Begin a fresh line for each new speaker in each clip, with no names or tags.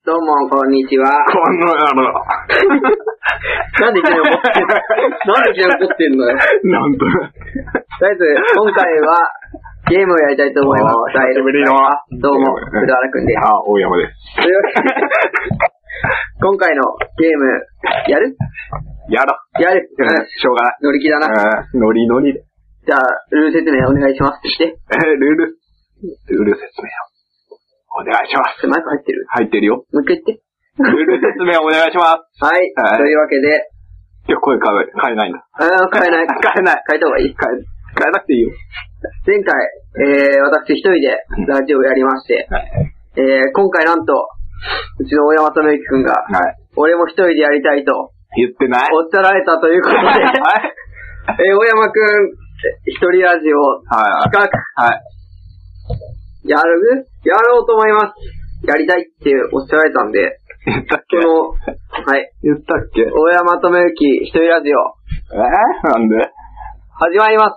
どうも、こんにちは。
この野郎。
なんでいきなり怒ってんのなんでいきなり怒ってんのよ。
なんと。
とりあえず、今回は、ゲームをやりたいと思います。
久しぶりの。
どうも、藤原くんです。
あ、大山です。
というわけで、今回のゲーム、やる
やろ。
やる。
しょうがない。
乗り気だな。
ノリノリで。
じゃあ、ルール説明お願いします。して。
ルール説明を。お願いします。
マイク入ってる？
入ってるよ。
もう一回言って。
ルール説明お願いします。
はい。というわけで。
今日声変えないんだ。
変えない。変えた方がいい。
変えなくていいよ。
前回、私一人でラジオをやりまして、今回なんと、うちの大山智之くんが、俺も一人でやりたいと、
言ってない
おっしゃられたということで、大山くん、一人ラジオ、企画、やろうと思います。やりたいっておっしゃられたんで、
言ったっけ言ったっけ
大山智之一人ラジオ。
なんで
始まります。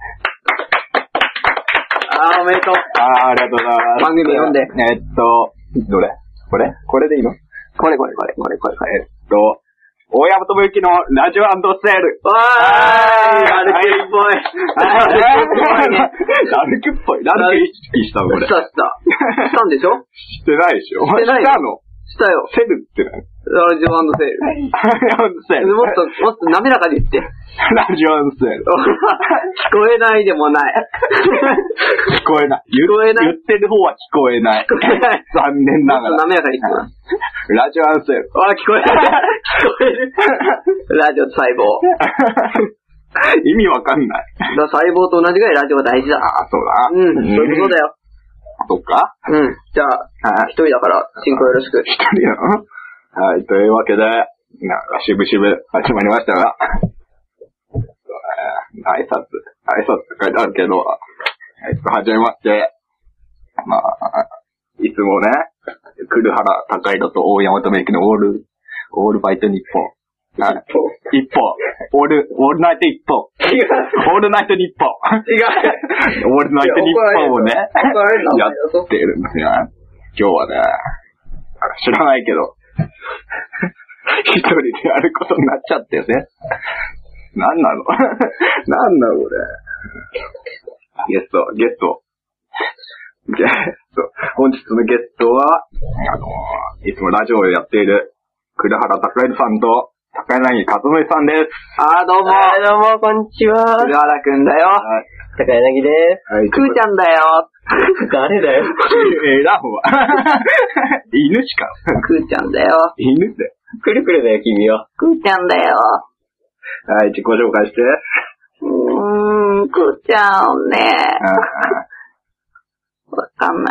おめでとう。
ありがとうございます。
番組読んで。
どれこれでいいの
これ。
大山智之のラジオ&セール。
わーい、ラルクっぽい。
ラルクっぽい。ラルク意識したのこれ。
したんでしょ
してないでしょ
してない
したの
したよ。
セルって何
ラジオ&セール。
ラジオ&セール。
もっと滑らかに言って。
ラジオ&セール。
聞こえないでもない。
聞こえない。言ってる方は聞こえない。残念ながら。
もっと滑らかに言ってます。
ラジオ&セール。
聞こえる。聞こえる。ラジオと細胞。
意味わかんない。
細胞と同じぐらいラジオが大事だ。
そうだ。
そういうことだよ。
そっか
じゃあ、一人だから、進行よろしく。
一人なのはい、というわけで、渋々始まりましたが、挨拶って書いてあるけど、始めまして、いつもね、栗原高井戸と大山智之のオールバイト日本。一本。オールナイト一本。
違う。
オールナイト日本。
違う。
オールナイト日本をね、や
っ
ってるんですよ。今日はね、知らないけど、一人でやることになっちゃってね。なんなのこれ。ゲスト。本日のゲストは、いつもラジオをやっている、栗原高井さんと、高柳和則さんです。
どうも。どうも、こんにちは。栗原くんだよ。高柳です。くーちゃんだよ。誰だよ。
ラフは。犬しか。
くーちゃんだよ。
犬で。
くるくるだよ、君は。くーちゃんだよ。
はい、自己紹介して。
くーちゃんね。わかんない。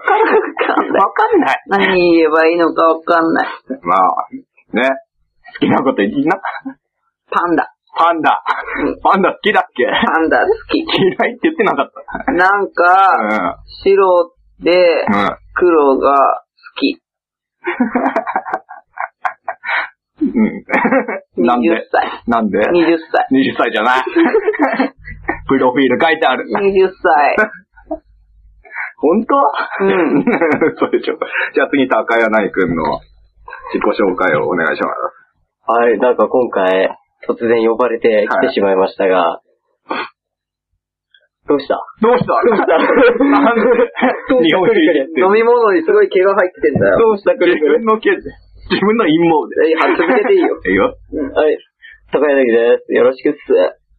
何言えばいいのかわかんない。
ね。好きなこと言いな。
パンダ
好きだっけ
パンダ好き。
嫌いって言ってなかった。
なんか、白で、黒が好き。
20
歳。
なんで
?20 歳。
20歳じゃない。プロフィール書いてある。
20歳。
本当そうでしょ。じゃあ次、高柳くんの自己紹介をお願いします。
はい、なんか今回、突然呼ばれて来てしまいましたが、どうした
なんで日本酒
飲み物にすごい毛が入ってんだよ。どうした
自分の毛で。自分の陰謀で。
続けていいよ。
いいよ。
はい。高柳です。よろしくっす。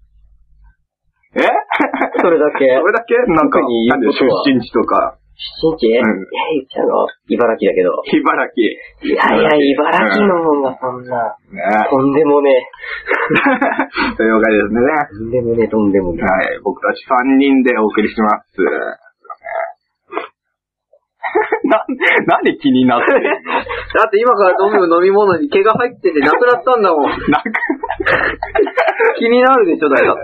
それだけ
なんか、なんで出身地とか。
出身地茨城だけど。
茨城。
いや、茨城の方がそんな。とんでもね
え。というわけですね。
とんでもね。
はい。僕たち3人でお送りします。なんで気になってんのだ
って今から飲む飲み物に毛が入っててなくなったんだもん。気になるでしょ、だって。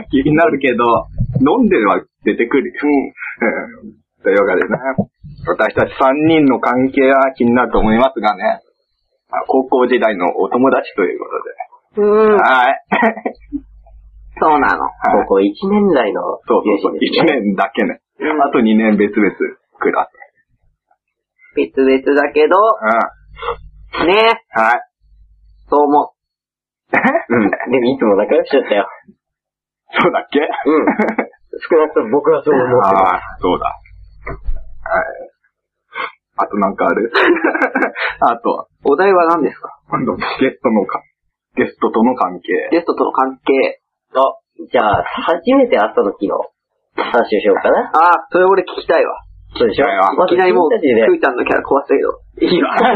気になるけど、飲んでは出てくる。というわけでね、私たち3人の関係は気になると思いますがね、高校時代のお友達ということで。はい。
そうなの。高校1年来の。
そう。1年だけね。あと2年別々クラス。
別々だけど、ね
はい。
そう思う。
うん。でもいつも仲良くしちゃったよ。
そうだっけ？
うん。少なくとも僕はそう思ってます。
ああ、そうだ。はい。あとなんかある？あとは。
お題は何ですか？
ゲストとの関係。
ゲストとの関係。
じゃあ、初めて会った時の話をしようかな。
ああ、それ俺聞きたいわ。
そうでしょ？
いきなりもう、くーちゃんのキャラ壊したけど。
いいわ。
うん。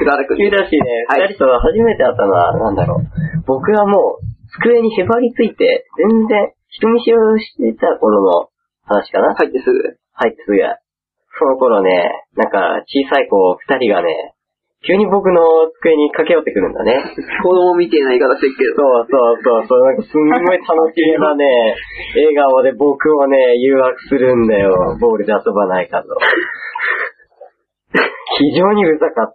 だらくん。
君たちね、二人と初めて会ったのは、なんだろう。僕はもう、机にへばりついて、全然、人見知りをしてた頃の話かな。
入ってすぐ。
その頃ね、なんか、小さい子二人がね、急に僕の机に駆け寄ってくるんだね。
子供みたいな言い方してるけど。
そう、なんかすんごい楽しげなね、笑顔で僕をね、誘惑するんだよ。ボールで遊ばないかと。非常にうざかった。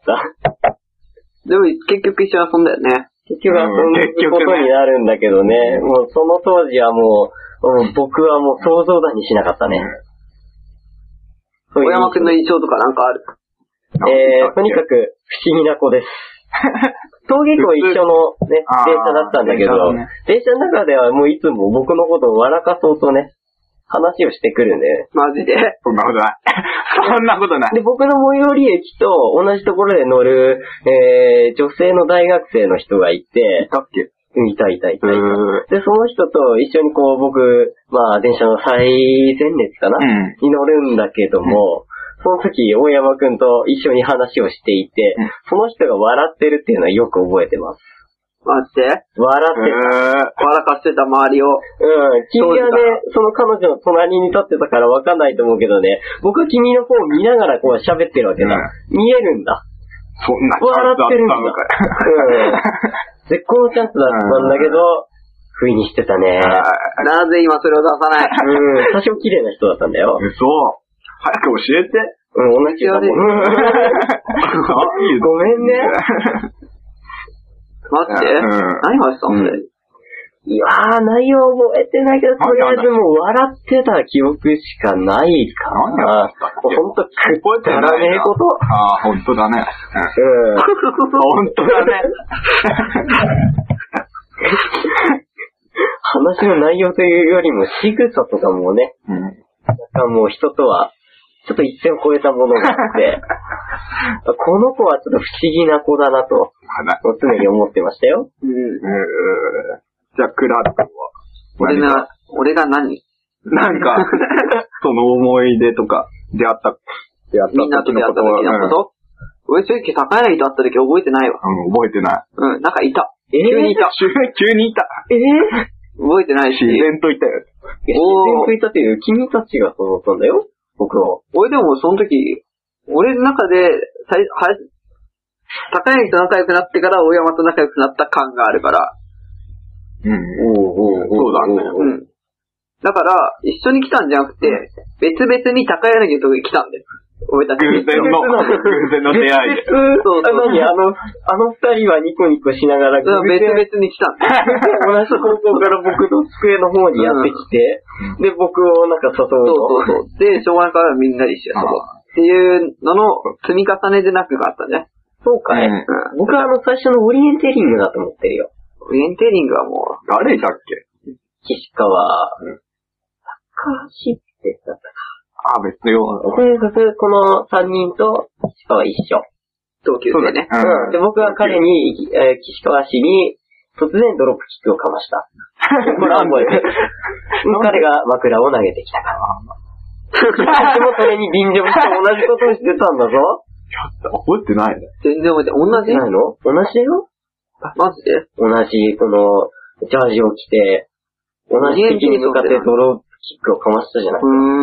でも結局一緒に遊んだよね。
結局遊ぶことになるんだけどね、もうその当時はもう、僕はもう想像だにしなかったね。
小山くんの印象とかなんかある？
とにかく不思議な子です。登下校一緒のね、電車だったんだけど、電車の中ではもういつも僕のことを笑かそうとね、話をしてくるんで。
マジで？
そんなことない。そんなことない。
で、僕の最寄り駅と同じところで乗る、女性の大学生の人がいて、
いたっけ？
いた。で、その人と一緒にこう僕、まあ電車の最前列かな、に乗るんだけども、その時、大山くんと一緒に話をしていて、その人が笑ってるっていうのはよく覚えてます。
マジで？
笑ってた。
笑かしてた周りを。
君はね、その彼女の隣に立ってたからわかんないと思うけどね、僕は君の方を見ながらこう喋ってるわけだ。見えるんだ。
そんな
笑ってるんだ。絶好のチャンスだったんだけど、不意にしてたね。
なぜ今それを出さない？
多少綺麗な人だったんだよ。
嘘。早く教えて。
同じだもん。ごめんね。
待って。何話したのそれ？
いやー、内容覚えてないけど、とりあえずもう笑ってた記憶しかないかな。ほんと、くだらねえこと。
ああ、ほんとだね。ほんとだね。
話の内容というよりも仕草とかもね、なんかもう人とは、ちょっと一線を越えたものがあって、この子はちょっと不思議な子だなと、常に思ってましたよ。
じゃあ、クラー君は
俺が何？
なんか、その思い出とか、出会った
みんなと出会った時のこと？俺正直高柳と会った時覚えてないわ。
覚えてない。
なんかいた。
急にいた。
覚えてないし。
自然といたよ。
自然といたっていう、君たちがそうだったんだよ。僕は。
俺でもその時、俺の中で、高柳と仲良くなってから大山と仲良くなった感があるから。
そうだね。
だから、一緒に来たんじゃなくて、別々に高柳のとこに来たんだよ。俺たち。
偶然の出会いで。
そう。何あの二人はニコニコしながら、
別々に来たんだよ。
同じ方向から僕の机の方にやってきて、で、僕をなんか誘うと。
そう。で、小学からみんなで一緒やっていうのの積み重ねで仲良かったね。
そうかい。僕は最初のオリエンテーリングだと思ってるよ。
オリエンテーリングはもう。
誰いたっけ？
岸川、高橋ってだったか。
あ、別よ。
とにかく、この3人と岸川一緒。
同級生ね。
で、僕は彼に、岸川氏に、突然ドロップキックをかました。これは覚えてる。彼が枕を投げてきたから。私もそれに便乗して同じことをしてたんだぞ。
覚えてないね。
全然覚えてない。同じ？
ないの？同じだよ。
マジで？
同じ、この、ジャージを着て、同じ敵に向かってドロップキックをかましたじゃない。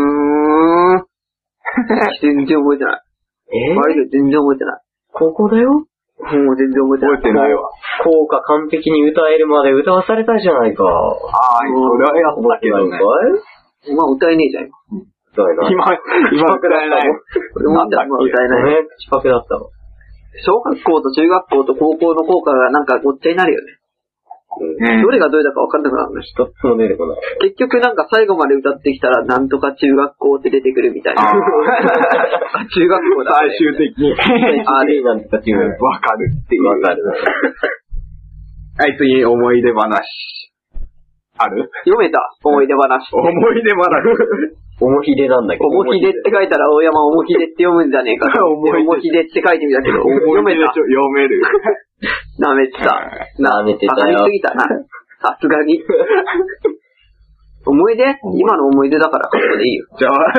全然覚えてない。マジで全然覚えてない。
高校だよ？
もう全然覚えてない。
覚えてないわ。
効果完璧に歌えるまで歌わされたじゃないか。
ああ、それはやったけどね。
まあ歌えねえじゃん、今。
今歌えない。
なんだ今歌えない。
口パクだったの。
小学校と中学校と高校の効果がなんかごっちゃになるよね。 どれがどれだか分かんなくなるの。
一つも出てこない。
結局なんか最後まで歌ってきたら、なんとか中学校って出てくるみたいな。中学校だ、
最終的に。
あれなんとか中学校。
わかるっていう。
わかる。
はい、次、思い出話。ある？
読めた思い出話。
思い出話。
おもひでなんだけど。
おもひでって書いたら、大山おもひでって読むんじゃねえか。おもひでって書いてみたけど、読めた。
読める。
なめてた。
なめてたよ。
バカにすぎたな。さすがに。思い出？今の思い出だからここでいいよ。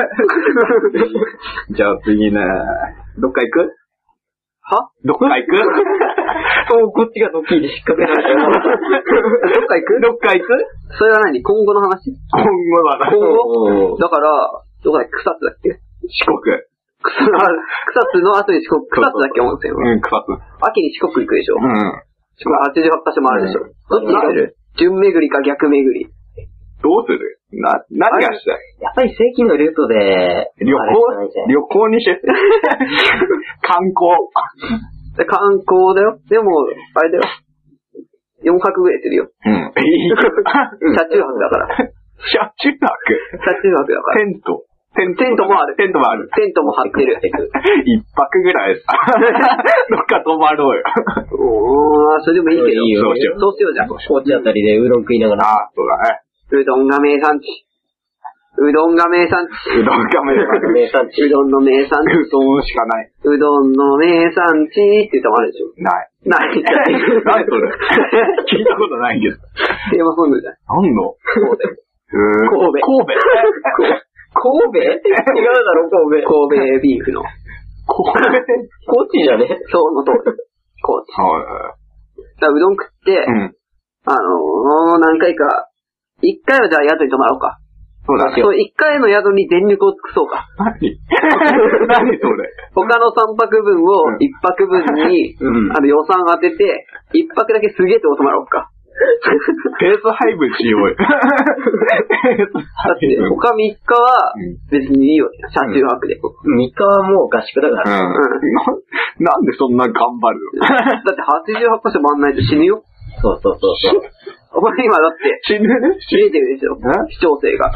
じゃあ次ね。どっか行く？
は？
どっか行く？
そう、こっちがドッキリ引っ掛けられたよ。
どっか行く？
どっか行く？
それは何？今後の話？
今後だな。
今後？だから、どこだっけ？草津だっけ？
四国。
草津の後に四国。草津だっけ温泉は。
うん、草津。
秋に四国行くでしょ。
うん。
四国88カ所もあるでしょ。どっちにする？順巡りか逆巡り。
どうする？何がしたい？
やっぱり正規のルートで、
旅行にして。観光。
観光だよ。でも、あれだよ。4泊ぐらいするよ。
うん。
車中泊だから。
車中泊
だから。
テント
もある。
テントも
張ってる。
一泊ぐらいさ。どっか泊まろうよ。
それでもいいけど。
いいよ。
そうしようじゃん。
高知あたりでうどん食いながら。
ああ、そうだね。
うどんが名産地。うどんの名産地。
うどん
の名産地。
うどんしかない。
うどんの名産地って歌もあるでしょ。
ない。
何それ。
聞いたことないけど。
テーマソングじゃん。
何の？
神戸違うだろ、神戸ビーフの。
高知じゃね？
そうの通り。高知。だからうどん食って、何回か、1回はじゃあ宿に泊まろうか。
そうだね。
そう、1回の宿に全力を尽くそうか。
何それ？
他の3泊分を1泊分に、予算当てて、1泊だけすげえとこ泊まろうか。
ペース配分しようよ。だ
って他3日は別にいいよ、車中泊で。
3日はもう合宿だから。
なんでそんな頑張るの？
だって88カ所回んないと死ぬよ。
そう。
お前今だって
死ぬ
見えてるでしょ。視聴生が。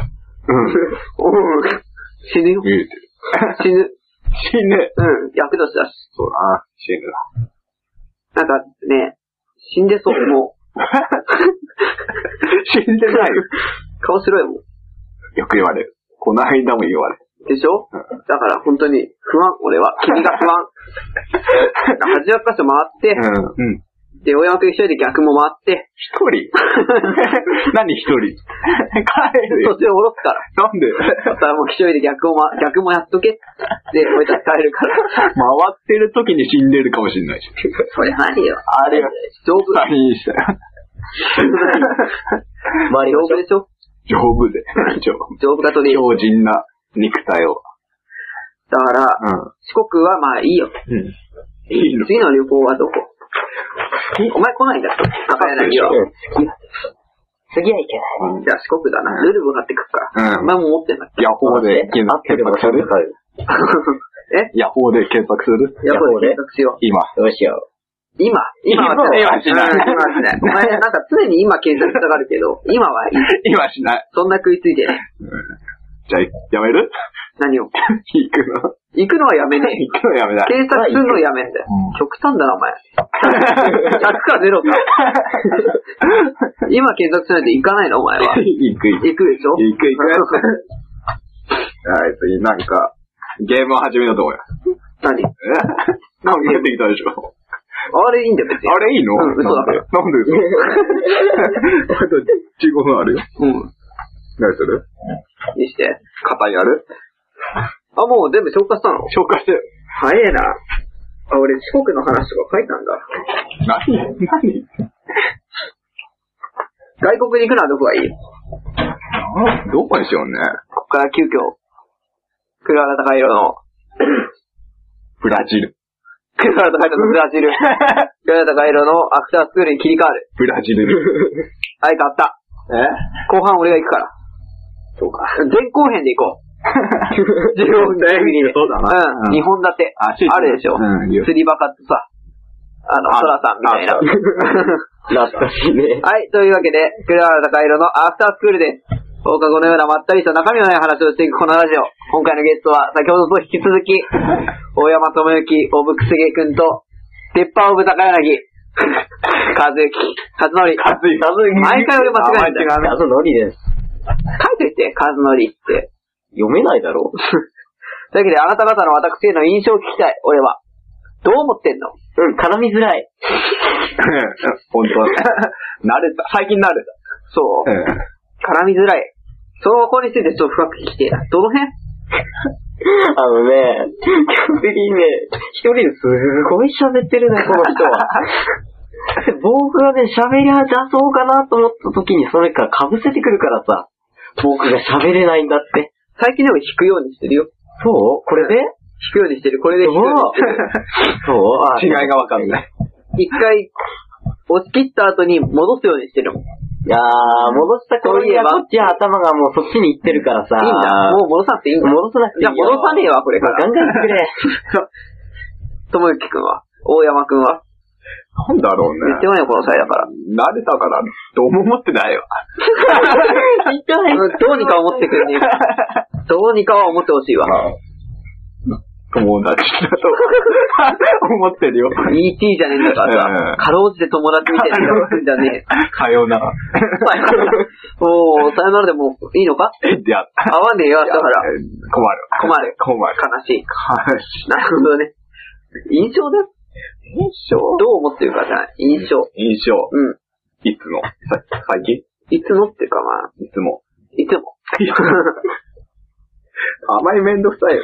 死ぬよ。死ぬ。役年だし。
そうだな。死ぬ
な。なんかね、死んでそう、もう。
死んでないよ。
顔白いもん。
よく言われる。この間も言われる。
でしょ？だから本当に不安、俺は。君が不安。88カ所回って、で、大山くん一人で逆も回って。
一人？何一人？帰るよ。
途中下ろすから。
なんで？
だからもう一人で逆もやっとけ。で、俺たち帰るから。
回ってる時に死んでるかもしれないし。
それ何よ。
あれが、
丈夫。
サインしたよ。
丈夫でしょ？
丈夫で。
丈夫かとね。
強靭な肉体を。
だから、四国はまあいいよ。
いいの？
次の旅行はどこ？お前来ないんだって。高柳は。
次はいけない。
じゃあ四国だな。ルルブ買ってくっから。お前も持ってんだっけ？
ヤホーで検索する？ヤホーで検索する？
ヤホーで検索しよう。
今。
どうしよう。
今はしない。お前なんか常に今検索したがるけど、今はいい。
今しない。
そんな食いついてない。
じゃあ、やめる？
何を？
行
くのはやめねえ。
行くのやめない。
検索するのやめんだよ。極端だな、お前。100か0か。今検索しないと行かないの、お前は。
行くでし
ょ？
行く。はい、次、なんか、ゲームを始めようと思います。
何？
考えてきたでしょ。
あれいいんだよ、別に。
あれいいの？
嘘だから。
なんで嘘？あと15分あるよ。何する？
にして。
肩やる？
あ、もう全部消化したの？
消化してる。
早えな。あ、俺四国の話とか書いたんだ。
何？
外国に行くのはどこがいい？
どこにしようね。
こっから急遽、黒原高弘の
ブラジル。
黒原高弘のブラジル。黒原高弘のアフタースクールに切り替わる。
ブラジル。
はい、買った。後半俺が行くから。
そうか。
前後編で行こう。15分だよ。
そうだな。
2本立て。あるでしょ。釣りバカってさ。 ソラさんみたいな。
懐かしいね。
はい、というわけで、栗原高弘のアフタースクールです。放課後のようなまったりした中身のない話をしていくこのラジオ。今回のゲストは、先ほどと引き続き、大山智之、オブクセゲ君と、鉄板オブ高柳、和之、和則。毎回俺間違えてる。
和則です。
書いといて、和則って。
読めないだろう。
というわけで、あなた方の私への印象を聞きたい、俺は。どう思ってんの？
絡みづらい。
本当慣れた。最近慣れた。
そう。絡みづらい。そこについてちょっと深く聞きてえな。どの辺？
基本的にね、一人ですごい喋ってるね、この人は。僕がね、喋り出そうかなと思った時にそれから被せてくるからさ、僕が喋れないんだって。
最近でも弾くようにしてるよ。
そう？これで？
弾くようにしてる。これで弾くようにしてる。
そう？
違いがわかんない。
一回、押し切った後に戻すようにしてるもん。
いやー、戻した頃にはこっちは頭がもうそっちに行ってるからさ。
いいんだ。もう戻さなくていいんだ。
戻さなくていいよ。
じゃあ戻さねえわ、これから。
ガンガン言ってくれ。
ともゆきくんは？大山くんは？
なんだろうね。
言ってないよ、この際だから。
慣れたから、どうも思ってないよ。
どうにか思ってくれねえ。どうにかは思ってほしいわ。
友達だと思ってるよ。
ET じゃねえんだからさ、かろうじて友達みたいな顔するんじゃねえ。
さようなら。
もう、さよならでもいいのか？
いや、
合わねえよ、だから。
困る。
悲しい。なるほどね。印象だよ。どう思ってるかじゃない。印象。うん。
いつの最近？
いつのっていうかまあ。
いつも。あまりめんどくさいよ。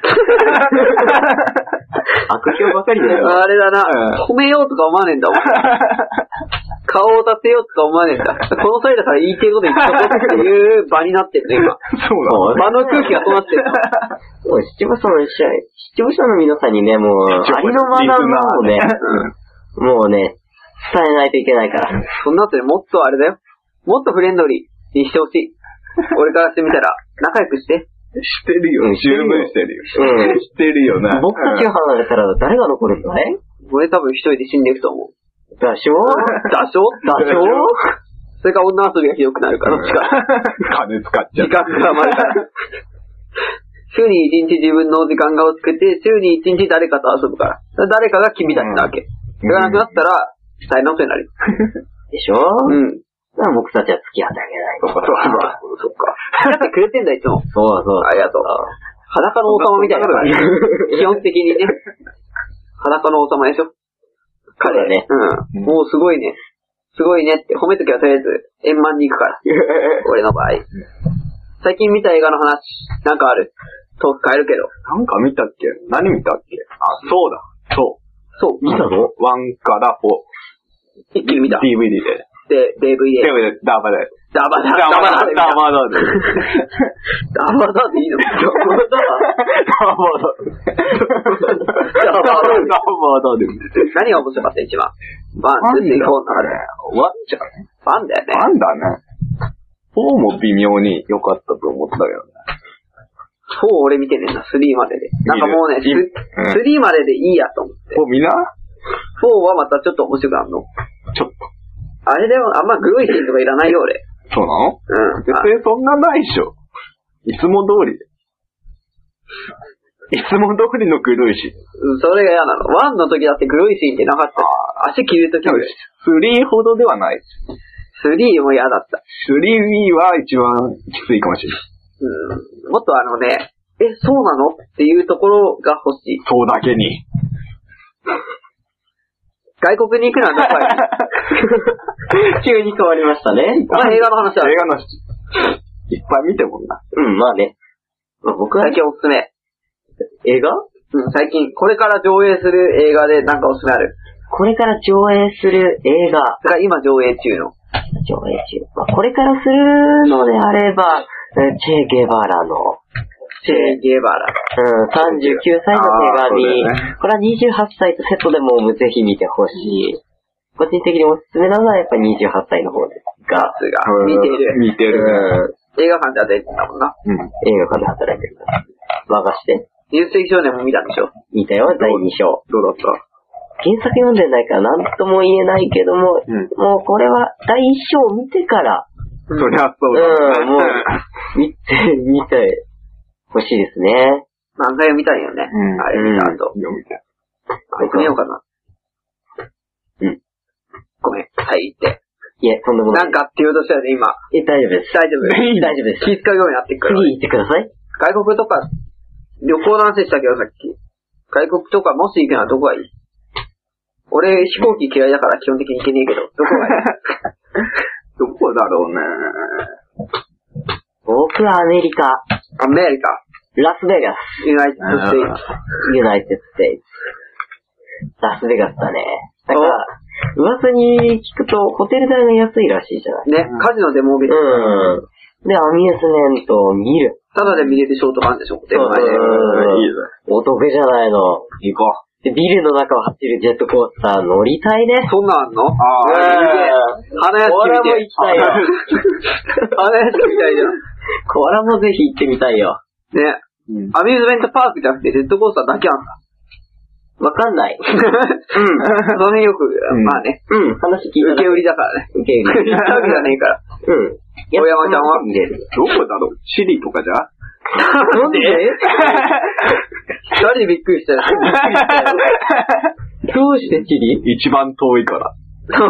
悪評ばかりだよ。
あれだな。褒めようとか思わねえんだもん。顔を立てようとか思わねえんだ。この際だから言いてること言っとこうっていう場になってるね、今。
そう
だ。場の空気がそうなってる。
視聴者の皆さんにね、もう、ありのままのをね、もうね、伝えないといけないから。
そんな後でもっとあれだよ。もっとフレンドリーにしてほしい。俺からしてみたら、仲良くして。
してるよ。十分してるよ。してるよな。
僕たちが離れたら誰が残るんだい？
俺多分一人で死んでいくと思う。
だしょ
それから女遊びがひどくなるから、どっちか。
金使っちゃう。
時間が余るから。週に一日自分の時間がをつけて、週に一日誰かと遊ぶから。誰かが君たちなわけ。それがなくなったら、大変なことになる。
でしょ？うん。僕たちは付き合ってあげない。
そっか。付き合ってくれてんだ、いつも。
そう。
ありがとう。裸の王様みたいな感じ。基本的にね。裸の王様でしょ。彼ね。うん。もうすごいね。すごいねって褒めときはとりあえず円満に行くから。俺の場合。最近見た映画の話、なんかある？トーク変えるけど。
なんか見たっけ？何見たっけ？あ、そうだ。
そう。
見たの？
1から4。
一気に見た。
DVD で。
DVD。
ダバダでいいの？何が面白かった一番。1、2、3、4の中で。 1じゃね？
1だよね。
1だね。4も微妙に良かったと思ったけどね。
4俺見てねえな、3までで。なんかもうね、3まででいいやと思って。
みんな？
4はまたちょっと面白くなるの？
ちょっと。
あれでもあんまグロいシーンとかいらないよ、俺。
そうなの？
うん。
別にそんなないでしょ。いつも通りで。いつも通りのグロいシーン。
それが嫌なの。1の時だってグロいシーンってなかった。足切る時ぐらい。
3ほどではない。
3も嫌だった。
3は一番きついかもしれない。
もっとそうなのっていうところが欲しい。
そうだけに。
外国に行くのはどこかに。
急に変わりましたね。
まあ映画の話は。
映画の話。いっぱい見てもんな。
まあね。
僕は最近おすすめ。
映画？
最近、これから上映する映画でなんかおすすめある？
これから上映する映画。
それから今上映中の。
これからするのであれば、チェ・ゲバラの。39歳の手紙。これは28歳とセットでもぜひ見てほしい。個人的におすすめなのはやっぱり28歳の方ですが。
見てる。映画館で働いてたもんな。
映画館で働いてるから。任して。
ニュース的少年も見たんでしょ？
見たよ、第2章。
どうだった？
原作読んでないから何とも言えないけども、もうこれは第一章を見てから、
そりゃそうだね。
もう、見てほしいですね。
漫画読みたいよね。あれ見た後。
読みたい。
僕見ようかな。ごめん、はい言って。
いえ、とんでもない。
なんかって言おうとしたよね、今。
大丈夫です。
大丈夫です。気使うようになってくる。
次行ってください。
外国とか、旅行の話したけどさっき。外国とかもし行くならどこがいい？俺飛行機嫌いだから基本的に行けねえけど、どこがいい？
どこだろうね。
僕はアメリカ。
アメリカ。
ラスベガス。
ユナイテッドステイツ。
ユナイテッドステイツ。ラスベガスだね。なんか、噂に聞くとホテル代が安いらしいじゃない。
ね、カジノで儲けてる。
で、アミューズメントを見る。
ただで見れるショートがあるんでしょ、ホテル前で。
いいぜ。
お得じゃないの。
行こう。
で、ビルの中を走るジェットコースター乗りたいね。
そんなんあんの？花屋敷
これも行きたいよ。
花屋敷みたいじゃん。
これもぜひ行ってみたいよ。
ね。アミューズメントパークじゃなくてジェットコースターだけあんだ。
わかんない。
その辺よく、まあね。
話聞いた。
受け売りだからね。
受け売り。
行ったわけじゃねえから。
大
山ちゃんは
見れる。
どこだろう？チリとかじゃ？
なんで？
二人びっくりしたよ。
どうしてチリ？
一番遠いから。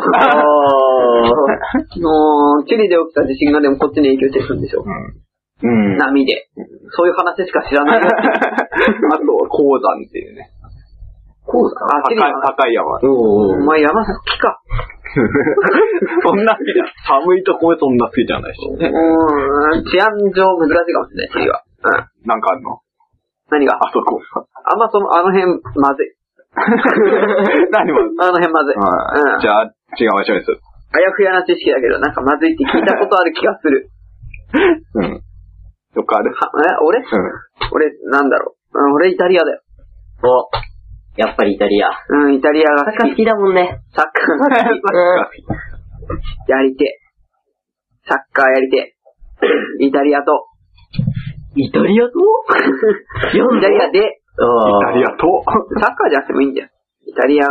チリで起きた地震がでもこっちに影響してくるんでしょ。波で。そういう話しか知らない。あ
と、鉱山っていうね。
鉱山？
チリ高い山。
お前山好きか。
そんな好きじゃん。寒いとこそんな好きじゃないし。
治安上難しいかもしれない、チリは。
なんかあんの？
何が？
あそこ。
あんまあの辺、まずい。
何まずい？
あの辺まずい。
じゃあ、違う場所です。
あやふやな知識だけど、なんかまずいって聞いたことある気がする。
どっかある？
俺、なんだろう。俺イタリアだよ。
やっぱりイタリア。
イタリアが
サッカー好きだもんね。
サッカーやりて。サッカーやりて。イタリアと。
イタリアと？
イタリアで。
イタリアと。
サッカーじゃなくてもいいんだよ。イタリ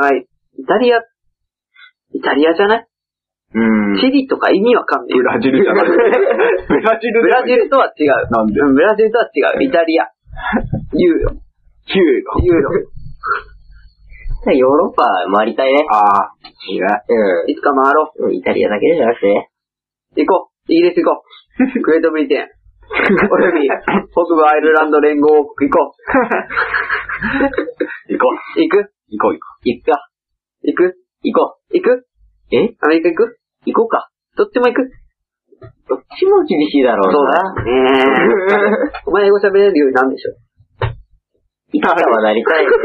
アじゃない？チリとか意味わかんない。
ブラジルじゃない。ブラジル
とは違う。
なんで？
ブラジルとは違う。イタリア。ユーロ。
ヨーロッパ回りたいね。
いいね。
いつか回ろ
う。イタリアだけじゃなくてね。
行こう。イギリス行こう。グレートブリテン。および、北部アイルランド連合王国行こう。行くアメリカ行く？
行こうか。
どっちも行く？
どっちも厳しいだろうな。
そうだね。お前英語喋れるようになんでしょ？
いつかはなりたいね。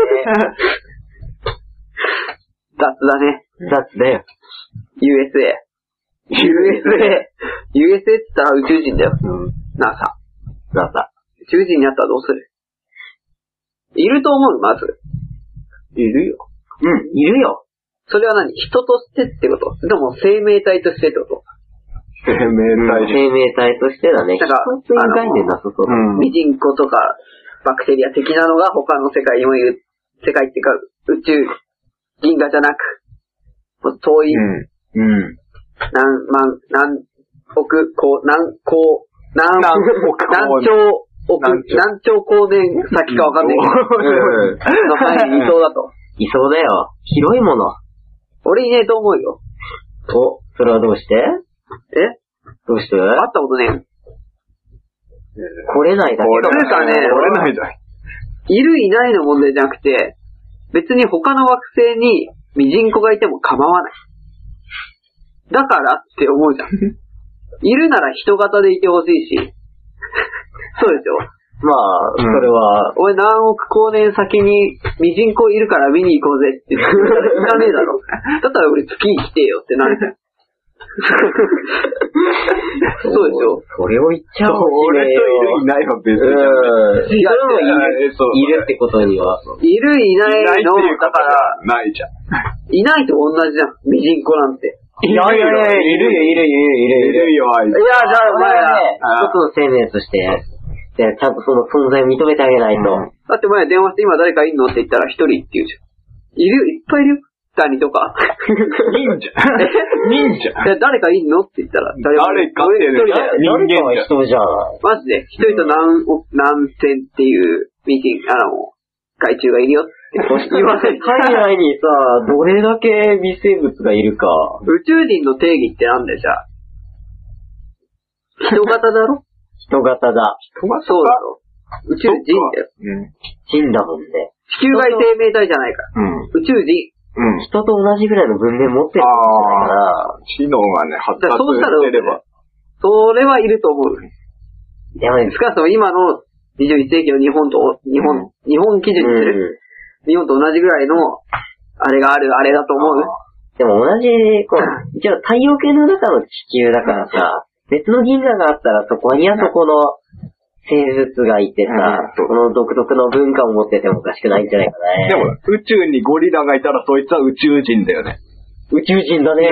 雑だね。
雑だよ。
USA って言ったら宇宙人だよ。NASA。宇宙人になったらどうする？いると思う？まず。
いるよ。いるよ。
それは何？人としてってこと？でも生命体としてってこと？
生
命体としてだね。
なんか、
そういう概念なさそうだ。
ミジンコとか、バクテリア的なのが他の世界にもいる。世界っていうか、宇宙、銀河じゃなく、遠い、何兆光年先かわかんないけど、の範囲にいそうだと。
いそうだよ。広いもの。
俺いねえと思うよ。
それはどうして？どうして？
会ったことねえ。
来れないだけ
ど。来れないじゃん。いるいないの問題じゃなくて、別に他の惑星にミジンコがいても構わない。だからって思うじゃん。いるなら人型でいてほしいし。そうでしょ？
まあ、それは。
俺何億光年先にミジンコいるから見に行こうぜって言って行かねえだろ。だったら俺月に来てよってなるじゃん。そうでしょ？
それを言っちゃう。
俺といるいないは別に。
それもいるってことには。
いるいないの、だから。
ないじゃん。
いないと同じじゃん。ミジンコなんて。
いるよ。
いるよ、あいつ。
いや、じゃあお前ら。
一つの生命として、ちゃんとその存在を認めてあげないと。
だってお前電話して今誰かいんのって言ったら一人って言うじゃん。 いっぱいいるよ。谷とか。
忍者忍者
誰かいんのって言ったら、
誰かって人間
は人じゃん。
マジで、一人と何千っていうミーティング、害虫がいるよって言わせて。
海外にさ、どれだけ微生物がいるか。
宇宙人の定義ってなんだよ、じゃあ。人型だろ？
人型だ。
そうだろ。宇宙人だよ。
人だもんね。
地球外生命体じゃないから。宇宙人。
人と同じぐらいの文明持ってるんじゃないかな。
知能がね、発達してれば。
それはいると思う。
でも
少なくとも今の21世紀の日本基準にする。日本と同じぐらいの、あれがあれだと思う。
でも同じ、一応太陽系の中の地球だからさ、別の銀河があったらそこにはそこの生物がいてさ、この独特の文化を持っててもおかしくないんじゃないかね。
でも宇宙にゴリラがいたらそいつは宇宙人だよね。
宇宙人だね。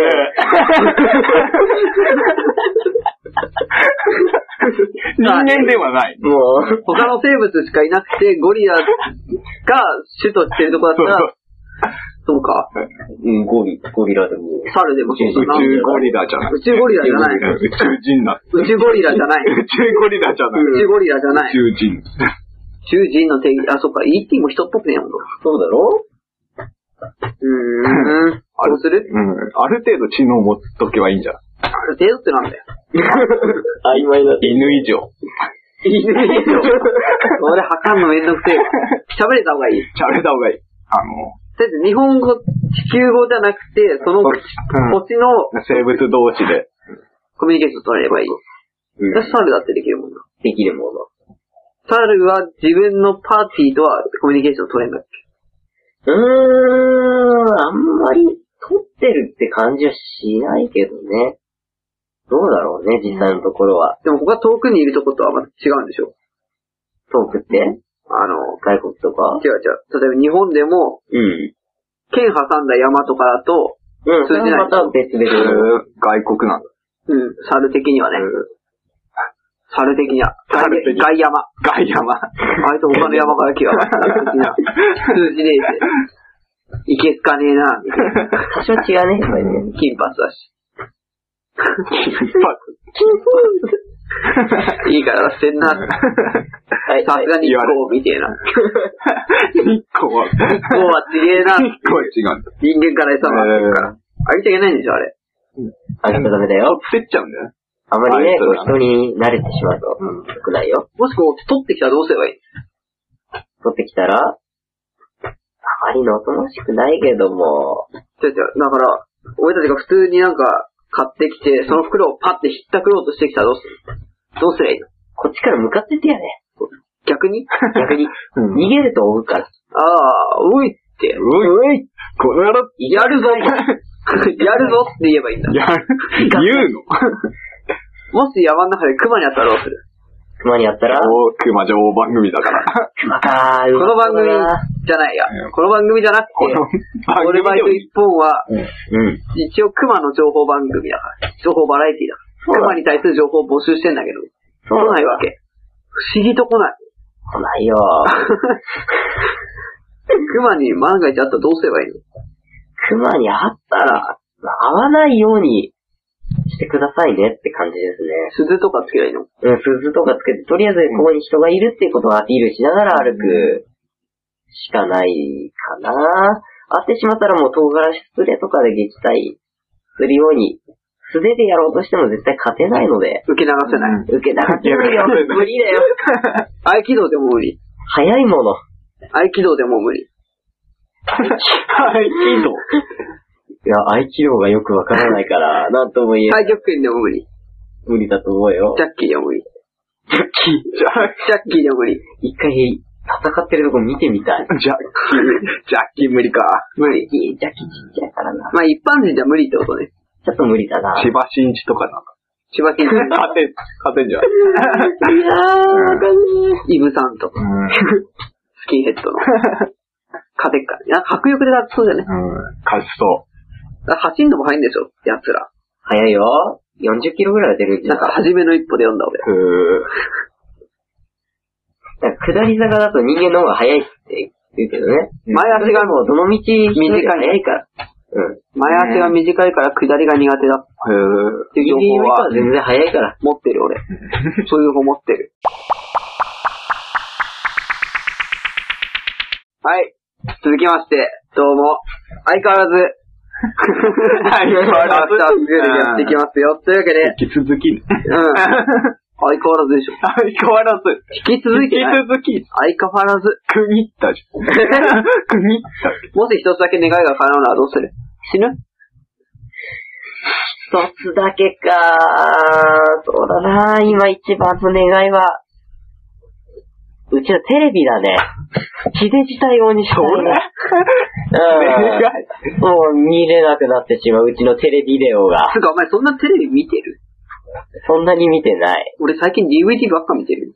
人間ではない。
もう、他の生物しかいなくて、ゴリラが主としてるとこだったら、そうか。
ゴリラでも。
猿でもそう
だな。宇宙ゴリラじゃない。
宇宙ゴリラじゃない。
宇宙人だ。
宇宙ゴリラじゃない。
宇宙ゴリラじゃない。
宇宙ゴリラじゃない。
宇宙人。
宇宙人の定義、そっか、ET も人っぽくねえもん。
そうだろ？
どうする？
ある程度知能を持つときはいいんじゃん。
ある程度ってなんだよ。
曖昧だ。
犬以上。
犬以上。俺測るのめんどくせえ。喋れた方がいい。
喋れた方がいい。
日本語、地球語じゃなくて、その星の
生物同士で
コミュニケーション取れればいい。猿だってできるもんな。
できるもの。
猿は自分のパーティーとはコミュニケーション取れんだっけ？
あんまり取ってるって感じはしないけどね。どうだろうね、実際のところは。
でもここは遠くにいるとことはまた違うんでしょ？
遠くって外国とか？
違う。例えば日本でも、県挟んだ山とかだと、
通じない。また別々。
外国なんだ。
猿的にはね。猿的には。外山。
外山。
あいつ他の山から来やがった。通じねえぜ。いけつかねえな。
多少違うね、
金髪だし。
金髪
いいからせんな。さすがに日光みてえな。
日光は
ちげえな。
日光は違うんだ。
人間から餌もらってるから。あげちゃいけないんでしょ、あれ。
あげちゃダメだよ。
捨てちゃうんだよ。
あまりね、人に慣れてしまうと良くないよ。
もし取ってきたらどうすればいい？
取ってきたらあまりのおとなしくないけども。
だから、俺たちが普通になんか、買ってきて、その袋をパッてひったくろうとしてきたらどうすりゃいいの？
こっちから向かってってやね。
逆に
逃げると追うから。
おいって。
おいこの野郎
やるぞやるぞって言えばいいんだ。
言うの
もし山の中で熊にあったらどうする？
熊にあったら
熊情報番組だから。
熊か
この番組じゃないや。この番組じゃなくて、俺バイト一本は、一応熊の情報番組だから。情報バラエティだから。熊に対する情報を募集してんだけど、来ないわけ。不思議と来ない。
来ないよ。
熊に万が一あったらどうすればいいの？
熊にあったら、会わないようにしてくださいねって感じですね。
鈴とかつけりゃいいの？
鈴とかつけて、とりあえずここに人がいるっていうことをアピールしながら歩くしかないかな。会ってしまったらもう唐辛子スプレーとかで撃退するように、素手でやろうとしても絶対勝てないので。
受け流せない。
受け流せないよ。無理だよ。
合気道でも無理。
早いもの。
合気道でも無理。
合気道
いや、合気道がよくわからないから、なんとも言えない。
太極拳でも無理。
無理だと思うよ。
ジャッキーでも無理。
ジャッ
キーでも無理。
一回戦ってるとこ見てみたい。
ジャッキー無理か。
無理。
ジャッキーちっちゃいからな。
まあ一般人じゃ無理ってことね。
ちょっと無理だな。
千葉真一とかなんか。
千葉真一。
勝てんじゃん。
いやー、わかんね
イブさんと。スキンヘッドの。勝てっから。いや、迫力で勝ちそうじゃね。
勝ちそう。
走んのも早いんでしょ、奴ら。
早いよ。40キロぐらいは出るんじゃ
なんか初めの一歩で読んだ俺。
下り坂だと人間の方が早いって言うけどね。
前足が
もうどの道短いから。
前足が短いから下りが苦手だ。っていう情報は
全然早いから。
持ってる俺。そういう情報持ってる。はい。続きまして、どうも。相変わらず。相変わらず。やっていきますよ。というわけで。
引き続き。
相変わらずでしょ。
相変わらず。
引き続いてない。
引き続き。
相変わらず。
区切ったじゃん。区切った。
もし一つだけ願いが叶うのはどうする？死ぬ？
一つだけかー。そうだなー。今一番の願いは、うちのテレビだね。地デジ対応にしたいね。もう見れなくなってしまう、うちのテレビデオが。
つかお前そんなテレビ見てる？
そんなに見てない。
俺最近 DVD ばっか見てる。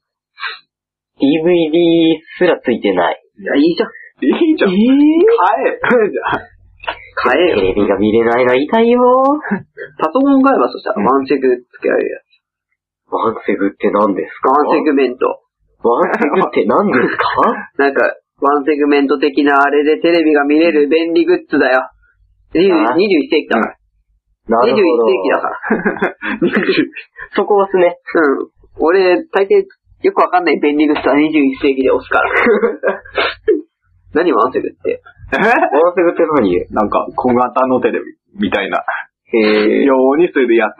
DVD すらついてない。
いや、いいじゃん。
いいじゃん。
買えよ。
テレビが見れないの痛いよ。
パソコン買えばそしたらワンセグ付けられるやつ。
ワンセグって何ですか？
ワンセグメント。
ワンセグって何ですか？
なんか、ワンセグメント的なあれでテレビが見れる便利グッズだよ。21世紀だから。
なるほど。
21世紀だから。
そこ押すね。
俺、大抵よくわかんない便利グッズは21世紀で押すから。何ワンセグって？
ワンセグって何？
なんか、小型のテレビみたいな。ようにするやつ。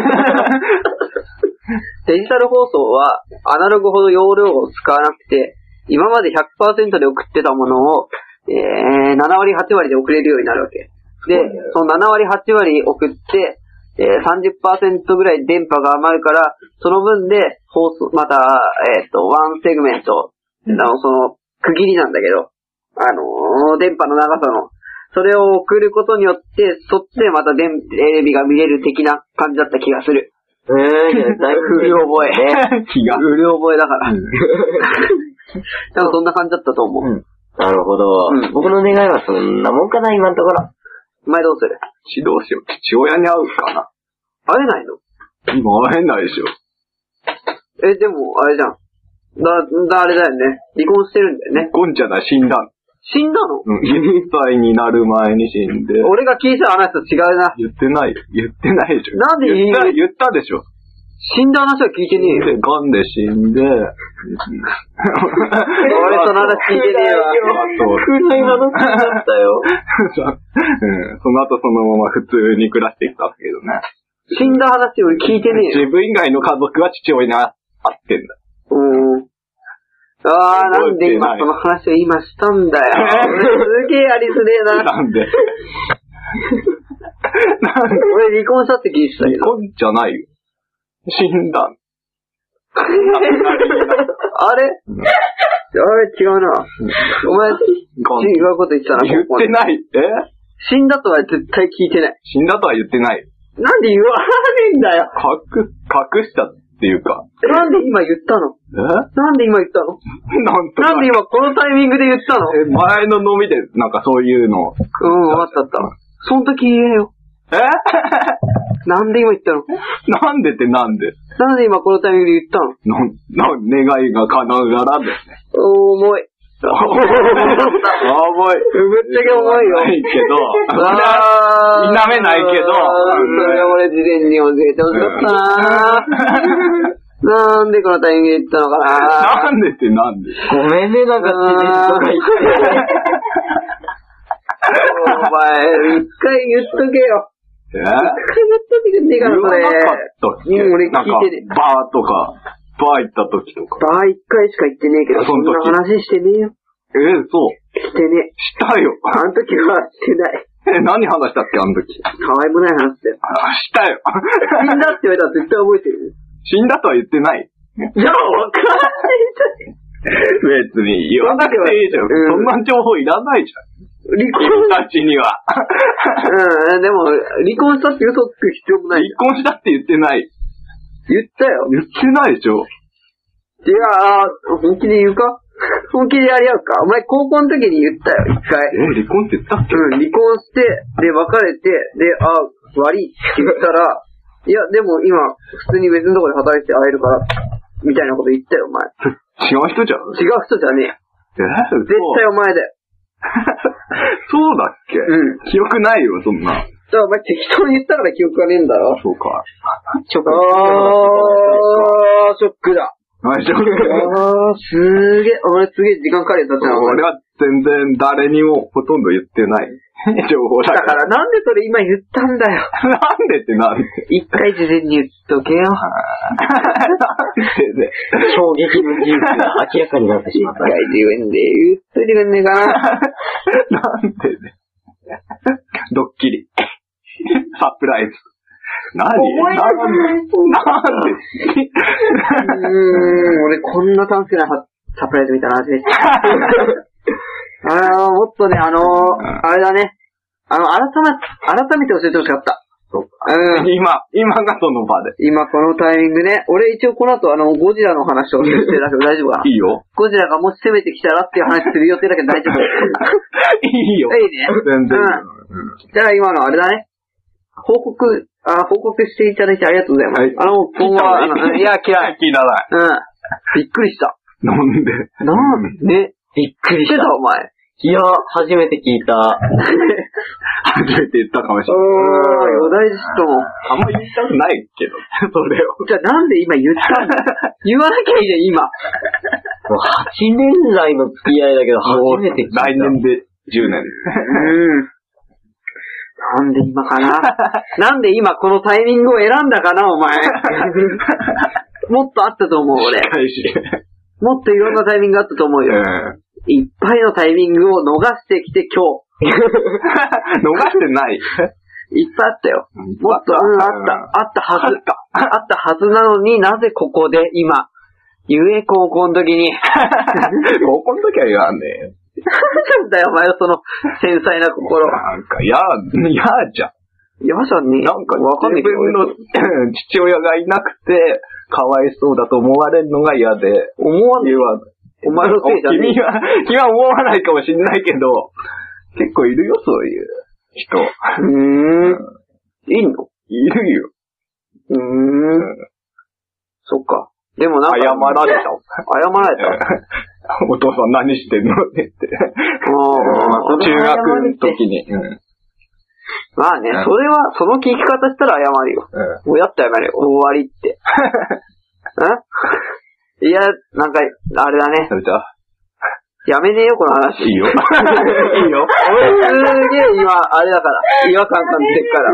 デジタル放送は、アナログほど容量を使わなくて、今まで 100% で送ってたものを、7割、8割で送れるようになるわけ。で、その7割、8割送って、30% ぐらい電波が余るから、その分で放送、また、ワンセグメント、その、区切りなんだけど、電波の長さの、それを送ることによって、そっちでまたテレビが見れる的な感じだった気がする。
だいぶ
うる覚え。うる覚えだから。多分そんな感じだったと思う。
なるほど。僕の願いはそんなもんかな、今のところ。
お前どうする？
指導しよう。父親に会うかな。
会えないの？
今会えないでしょ。
でも、あれじゃん。あれだよね。離婚してるんだよね。
離婚じゃない、死んだの。
死んだの
？1歳になる前に死んで。
俺が聞いた話と違うな。
言ってないよ。言ってないでしょ。
なんで言
ったでしょ。
死んだ話は聞いてねえよ。
ガンで死んで。俺
その話聞いてねえわ。
暗い話だったよ。
その後そのまま普通に暮らしていったんだけどね。
死んだ話俺聞いてねえよ。
自分以外の家族は父親に会ってんだ。
なんで今その話を今したんだよ。すげえありすねえな。
なんで
俺離婚したって聞いてたけど。
離婚じゃないよ。死んだ。
あれ違うな。お前、違うこと言ってたな。
言ってない。
死んだとは絶対聞いてない。
死んだとは言ってない。
なんで言わねえんだよ。
隠したっていうか。
なんで今言ったの？なんで今言ったの？なんで今このタイミングで言ったの？
前の飲みでなんかそういうの。
わかった。その時言えよ。なんで今言ったの？
なんでってなんで？
なんで今このタイミングで言ったの？
願いが叶うからですね。
重い。
重い。
ぶっちゃけ重いよ。
ないけど。否めないけど。
それは俺事前に教えてほしかったななんでこのタイミングで言ったのかな
なんでってなんで？
ごめんね、なんか事実とか言って。
お前、一回言っとけよ。一回言っとけねえから、それ。
言わなかったっけ？
俺聞いてね。
バーとか、バー行った時とか。
バー一回しか行ってねえけど、そんな話してねえよ。
そう。
してねえ。
したよ。
あの時はしてない。
何話したっけ、あの時。
たわいもない話だよ。
したよ。
死んだって言われたら絶対覚えてる。
死んだとは言ってない。
じゃあ、わかんないじゃん。
別に言わなくていいじゃん。そんな情報いらないじゃん。
離婚
たちには。
でも、離婚したって嘘つく必要もない。
離婚したって言ってない。
言ったよ。
言ってないでしょ。
いや本気で言うか？本気でやり合うか？お前高校の時に言ったよ、一回。
離婚って言ったっけ？
離婚して、で、別れて、で、悪いって言ったら、いや、でも今、普通に別のところで働いて会えるから、みたいなこと言ったよ、お前。
違う人じゃん。
違う人じゃねえ。 絶対お前だよ。
そうだっけ？
うん。
記憶ないよ、そんな。
だからお前適当に言ったから記憶がねえんだろ。
そうか。
ショックだ。
ショック。
すげえ、俺すげえ時間かかるよ、だって
俺は全然誰にもほとんど言ってない情報だから。
だからなんでそれ今言ったんだよ。
なんでってなんで。
一回事前に言っとけよ。
なんでね。
衝撃の事実が明らかになってしまった。
一回自分で言っといてくんねえかな。
なんでね。ドッキリ。サプライズ。なんで
俺こんな端正なサプライズ見たな、初めて。もっとね、あれだね。改めて教えてほしかった。
そうか。今がその場で。
今このタイミングね。俺一応この後ゴジラの話をする予定だけど大丈夫かな？
いいよ。
ゴジラがもし攻めてきたらっていう話する予定だけど大丈夫？
いいよ。
いいね。
全然。
じゃあ今のあれだね。報告していただいてありがとうございます。
はい。
今後は、いや、嫌い。
聞いたない。
びっくりした。
なんで
ね。びっくりした。お前。
いや、初めて聞いた。
初めて言ったかもしれない。
お大事とも。
あんま言いたくないけど、それを。
じゃあなんで今言ったんだ言わなきゃいいじゃん、今。
もう8年来の付き合いだけど、初めて聞いた。
来年で10年。
なんで今かななんで今このタイミングを選んだかな、お前。もっとあったと思う、俺。もっといろんなタイミングあったと思うよ。いっぱいのタイミングを逃してきて今日。
逃してない。
いっぱいあったよ。もっと、あったはず。あったはずなのになぜここで今。高校の時に。
高校の時は言わんねえ。
なんだよ、お前のその繊細な心。
なんか、嫌じゃん。
嫌じゃんね。
なんか、
わかんないけど。
自分の父親がいなくて、かわいそうだと思われるのが嫌で。
思わない。お前のせいじゃね
え。君は思わないかもしんないけど、結構いるよ、そういう人。
いんの？
いるよ。
そっか。でもなんか。
謝られた。
お
父さん何してんのって言って。中学の時に。
まあね、それは、その聞き方したら謝るよ。もうやったら謝るよ。終わりって。いや、なんか、あれだね。やめねえよ、この話。
いいよ。いいよ。
俺すげえ今、あれだから。違和感感じてっから。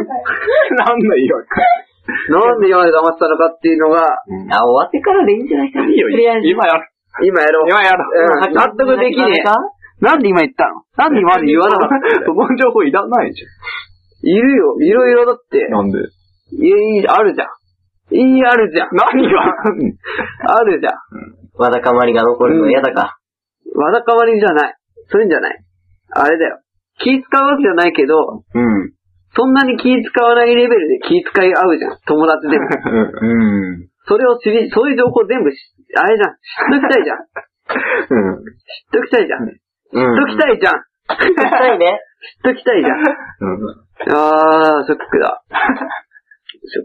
なんだ違和感。
なんで今まで黙ってたのかっていうのが、
終わってからでいいんじゃないかな。
いいよ、今やる。
今やろう。納得できねえ。なんで今言ったの？なんで今まで言わなかった？
その情報いらないじゃ
ん。いるよ、いろいろだって。
なんで？
あるじゃん。あるじゃん。
何が
あるじゃん。
わだかまりが残るの嫌だか。
わだかまりじゃない。そういうんじゃない。あれだよ。気使うわけじゃないけど、そんなに気使わないレベルで気使い合うじゃん。友達でも。それをそういう情報全部あれじゃん。知っときたいじゃん。知っときたいじゃん。知っときたいじゃん。
知っときたいね。
知っときたいじゃん。ショックだ。シ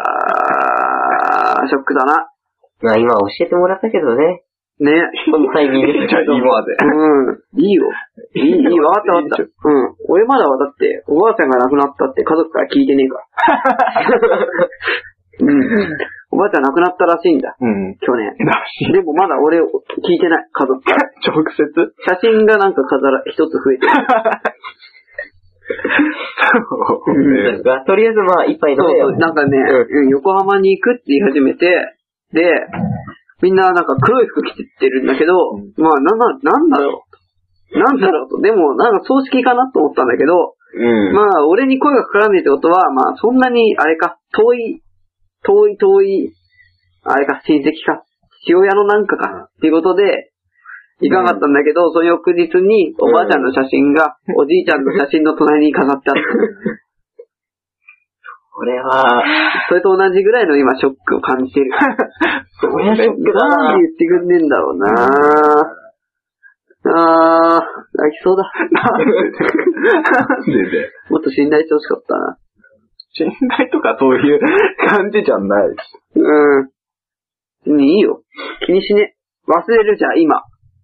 ョックだな。
まあ今教えてもらったけどね。
ね。
このタイミングで。
じゃあ今で。
いいよ。いい、わかったわかった。俺まだはだって、おばあちゃんが亡くなったって家族から聞いてねえから。おばあちゃん亡くなったらしいんだ。去年。でもまだ俺聞いてない、家族から。
直接
写真がなんか一つ増えてる。
とりあえずまあ一杯飲めよ。
なんかね、横浜に行くって言い始めて、で、みんななんか黒い服着てってるんだけど、まあなんだろうと。でもなんか葬式かなと思ったんだけど、まあ俺に声がかからないってことは、まあそんなにあれか、遠い、あれか、親戚か、父親のなんかかっていうことで、いかなかったんだけど、その翌日におばあちゃんの写真が、おじいちゃんの写真の隣に飾ってあった。
これは、
それと同じぐらいの今ショックを感じてる。
そりゃショックだな。
なんで言ってくんねえんだろうな。泣きそうだ。
なんでで。
もっと信頼してほしかったな。
信頼とかそういう感じじゃないし。
いいよ。気にしね。忘れるじゃん、今。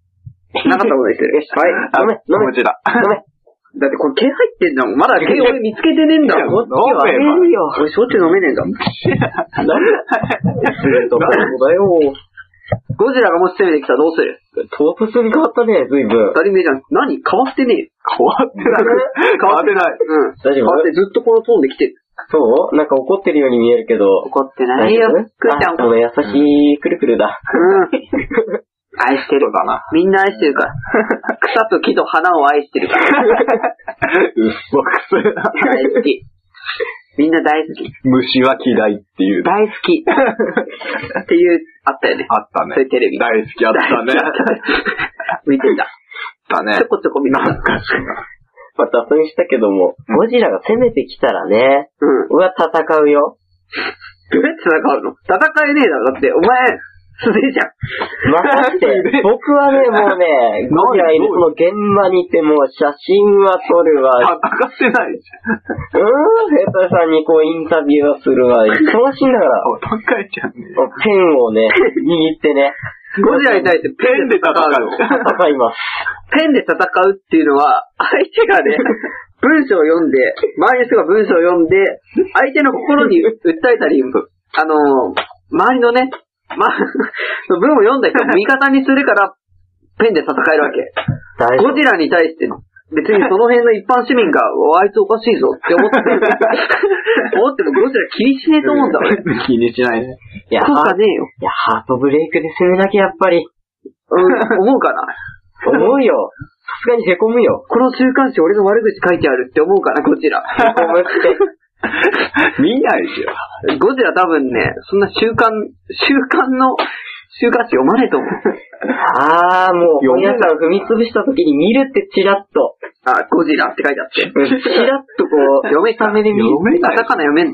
なかったことにしてる。はい。
飲め。こちら。
飲め。
だってこれ毛入ってんだもん。まだ毛俺見つけてねえんだもん。
飲めるよ。
俺焼酎飲めねえんだもん。
何するところだよ。
ゴジラがもし攻めてきたらどうする？
唐突に変わったね、随分。
二人目じゃん。何？変わってねえ。
変わってない。変わってない。
うん。
大丈夫？
変わってずっとこのトーンで来てる。
そうなんか怒ってるように見えるけど。
怒ってないよ。
くーちゃん。この優しいくるくるだ。
うん。愛してるかな。みんな愛してるから。草と木と花を愛してるから。
うっそくせえな。
大好き。みんな大好き。
虫は嫌いっていう。
大好き。っていう、あったよね。
あったね。
そういうテレビ。
大好きあったね。
見てた。
だね。
ちょこちょこ見てた。
なんかしな。
またそうしたけども、ゴジラが攻めてきたらね、俺は戦うよ。
どうやって戦うの？戦えねえだろ。だって、お前、素手じゃん。
まさして、僕はね、もうね、ゴジラいるその現場にいても写真は撮るわ。
戦ってないじゃん。
ヘタさんにこうインタビューをするわ。忙しいんだから。
考えちゃうね。
ペンをね、握ってね。
ゴジラに対してペンで戦うの。
戦います。
ペンで戦うっていうのは、相手がね、文章を読んで、周りの人が文章を読んで、相手の心に訴えたり、周りのね、文を読んだ人を味方にするから、ペンで戦えるわけ。ゴジラに対して、別にその辺の一般市民が、あいつおかしいぞって思ってもゴジラ気にしねえと思うんだ、俺。
気にしないね。
いや、
そうかねえよ。
いや、ハートブレイクで攻めなきゃやっぱり。
思うかな。
思うよ。さすがに凹むよ。
この週刊誌俺の悪口書いてあるって思うかな、ゴジラ。
凹むって。
見ないしよ。
ゴジラ多分ね、そんな週刊誌読まねえと思う。
もう、皆さん踏み潰した時に見るってチラッと。
ゴジラって書いてあって。
チラッとこう、
読めた目で見る。カタカナ読めんの？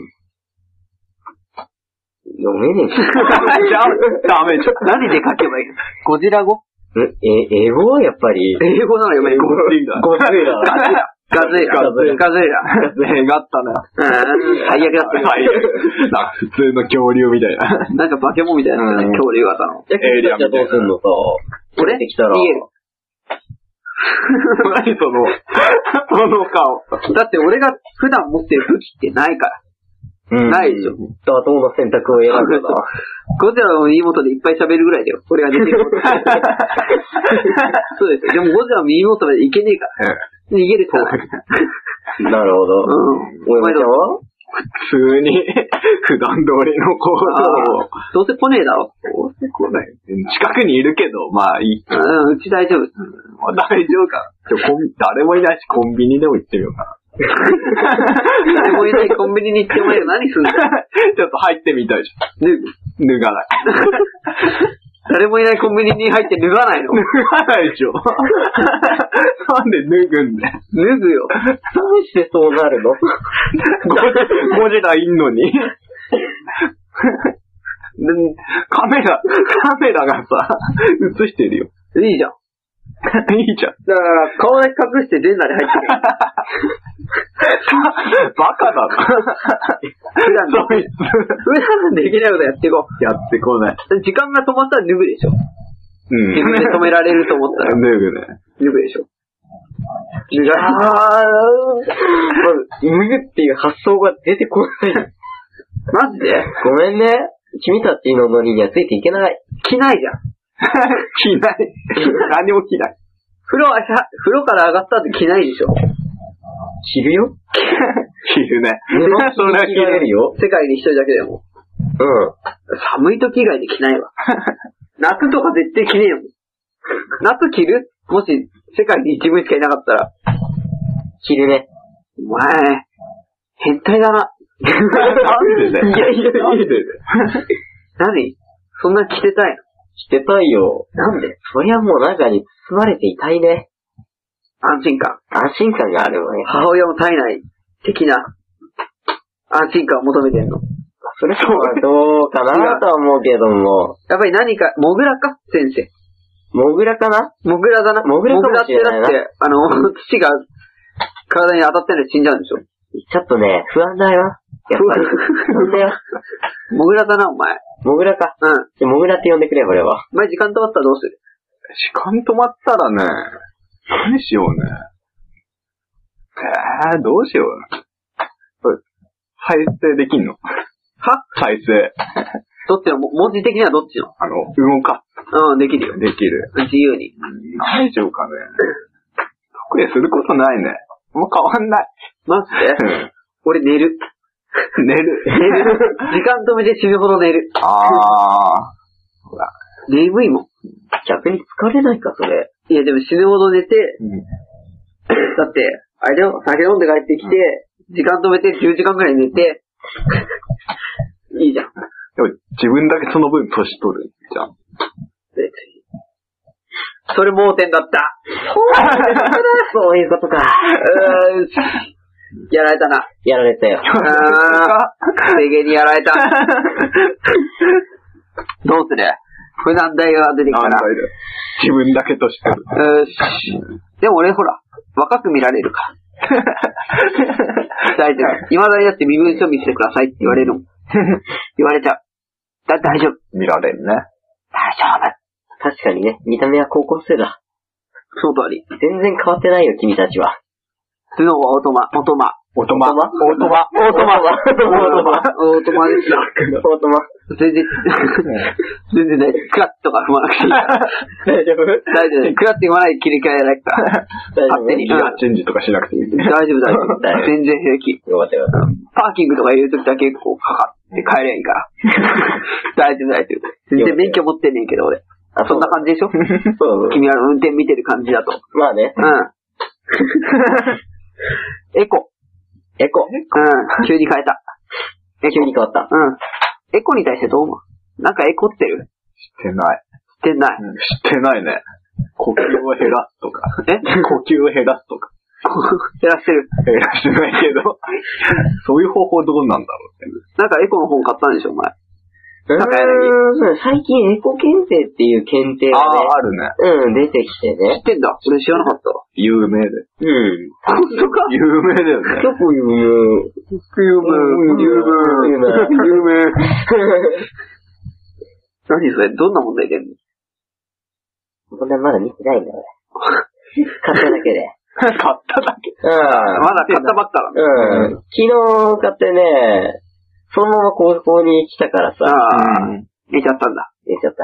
読めねえ。
ダメじゃん。
何で書けばいいの？ゴジラ語？
英語はやっぱり。
英語なら読める。
ゴジラ。
ガズイラ。
映画あったな。
最悪だった。
なんか普通の恐竜みたいな。
なんか化け物みたいな恐竜型の。
エイリアンみたいな。どうすんのさ。
俺
できたら。
何その顔。
だって俺が普段持ってる武器ってないから。ないでしょ。
だどの選択を選ぶか。
ゴジラの耳元でいっぱい喋るぐらいだよ。俺が出てること。そうですよ。でもゴジラの耳元でいけねえから。逃げるから。
なるほど。お前ちゃんは
普通に、普段通りの行動を。
どうせ来ねえだろ。
どうせ来ない。近くにいるけど、まあいい。
うち大丈夫。
大丈夫か。誰もいないし、コンビニでも行ってみようかな。
誰もいないコンビニに行ってもらえる。何すんの？
ちょっと入ってみたいじゃん。脱がない。
誰もいないコンビニに入って脱がないの？
脱がないでしょ。なんで脱ぐんだよ。
脱ぐよ。
どうしてそうなるの？
ゴジラいんのに。カメラがさ、映してるよ。
いいじゃん。
いいじゃん。
だから、顔だけ隠して全裸で入ってる。
バカだな。
普段できないことやっていこう。
やってこない。
時間が止まったら脱ぐでしょ。自分で止められると思ったら。
脱ぐね。
脱ぐでしょ。
脱ぐっていう発想が出てこない。
マジで？
ごめんね。君たちのノリにはついていけない。
着ないじゃん。
着ない。何も着ない。
風呂から上がったって着ないでしょ。
着るよ。
着るね。
それは着れるよ。
世界に一人だけでも。寒い時以外で着ないわ。夏とか絶対着ねえよ。夏着る？もし世界に自分しかいなかったら。
着るね。
お前、変態だな。
なんでね。
なんで何？そんな着てたいの？
着てたいよ。
なんで？
そりゃもう中に包まれていたいね。
安心感があるわね。母親も体内的な安心感を求めてんの。
それとはどうかなとは思うけども。
やっぱり何か、モグラか先生。
モグラかな？
モグラだな。
モグラかもしれないな。
モグラってだって、土が体に当たってないで死んじゃうんでしょ。
ちょっとね、不安だよ。やっぱり。不安だよ。
モグラだな、お前。
モグラか。
うん。
じゃモグラって呼んでくれ、俺は。
お前時間止まったらどうする？
時間止まったらね、何しようね。どうしよう。再生できんの？
は？
再生。
どっちの、文字的にはどっちの？
動かす。
うん、できるよ。
できる。
自由に。
大丈夫かね。得意することないね。もう変わんない。
マジで？俺寝る。
寝る。
時間止めて死ぬほど寝る。
ほら。
眠いもん。
逆に疲れないか、それ。
いや、でも死ぬほど寝て、だって、あれだよ、酒飲んで帰ってきて、時間止めて10時間くらい寝て、いいじゃん。
でも自分だけその分年取るじゃん。
それ盲点だった。
そういうことか。
やられたな。
やられたよ。
制限にやられた。どうする？これ難題が出てきたら。
自分だけ年取る。
でも俺ほら、若く見られるから。大丈夫。今だにだって身分証見せてくださいって言われるもん。言われちゃう。大丈夫。
見られるね。
大丈夫。
確かにね、見た目は高校生だ。
その通り。
全然変わってないよ、君たちは。
スノーはオートマ。
オートマですよ。オートマ。
全然大丈夫。クラッチとか踏まなくていいから。
大丈夫？
大丈夫。クラッチ踏まないで切り替えないから。勝手に。
ギアチェンジとかしなくていい。
大丈夫。全然平気。
よかったよ。
パーキングとか入れるときだけこうかかって帰ればいいから。大丈夫。全然免許持ってんねんけど俺。そんな感じでしょ？そう。君は運転見てる感じだと。
まあね。
エコ。急に変えた。
急に変わった。
エコに対してどう思う？なんかエコってる？
してない。してないね。呼吸を減らすとか。呼吸を減らすとか。
減らしてる。
減らしてないけど。そういう方法どうなんだろうって。
なんかエコの本買ったんでしょ、お前。
最近エコ検定っていう検定がね。
あるね。
出てきてね。
知ってんだ。俺知らなかった。
有名で。
本当か？
有名だよね。
結構有名。
何それ？どんな問題出んの？
問題まだ見てないんだよ、俺。買っただけで。
買っただけ？まだ買ったばっかだ。
昨日買ってね、そのまま高校に来たからさ。
入れちゃったんだ。
入れちゃった。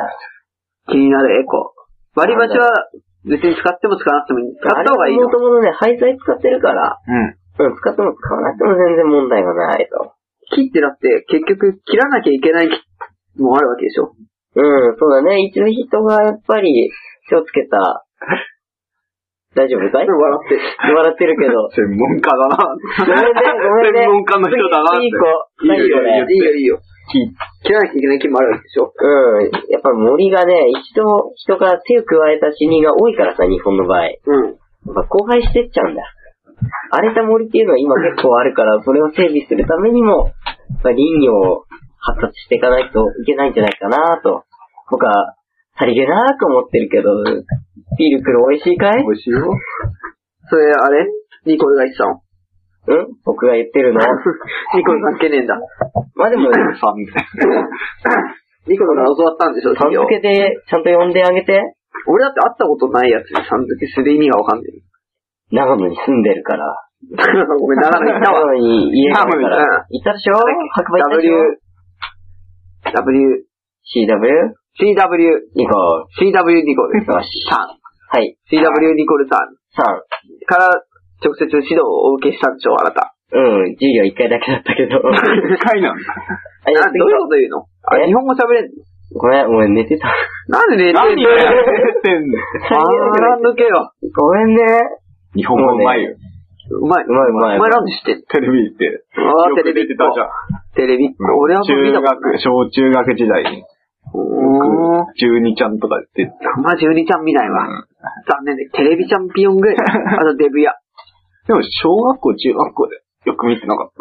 気になるエコ。割り箸は別に使っても使わなくてもいい。使った方がいいの？
もともとね、廃材使ってるから。使っても使わなくても全然問題がないと。
木ってだって結局切らなきゃいけない木もあるわけでしょ？
そうだね。一部人がやっぱり手をつけた。大丈夫かい？笑ってるけど。
専門家だな。
ごめんね。
専門家の人だなって。
いいよ。切らなきゃいけない木もあるわけでしょ？
やっぱ森がね、人が手を加えた死にが多いからさ、日本の場合。やっぱ荒廃してっちゃうんだ。荒れた森っていうのは今結構あるから、それを整備するためにも、林業を発達していかないといけないんじゃないかなと。僕は、さりげなく思ってるけど、ビール来る美味しいかい？
美味しいよ。
それ、あれ？ニコルが言ってたの？
僕が言ってるの？
ニコル関係ねえんだ。
まあでも、
ニコルが教わったんでしょ？
さん付けでちゃんと呼んであげて。
俺だって会ったことないやつにさん付けする意味がわかんない。
長野に住んでるから。
ごめん、長野にいたわ。
長野に家があるから。いたでしょ？白馬行ったでしょ？CW ニコル。
CW ニコルさん。
はい。
CW ニコルさん。から直接指導をお受けしたんでしょ、あなた。
授業1回だけだったけど。
1回なんだ。
どういうこと言うの？日本語喋れんの？
ごめん、俺寝てた。
なんで寝てんの？
寝てんの？
なん抜けよ。
ごめんね。
日本語うまいよ。
うまい。お前なんで知ってんの？
テレビって。
テレビ出てたじゃん。テレビ。俺はもう見たことない。
小中学時代に。12ちゃんとか出てた。
まあ12ちゃん見ないわ。残念で。テレビチャンピオンぐらい。あとデブや。
でも小学校、中学校でよく見てなかった。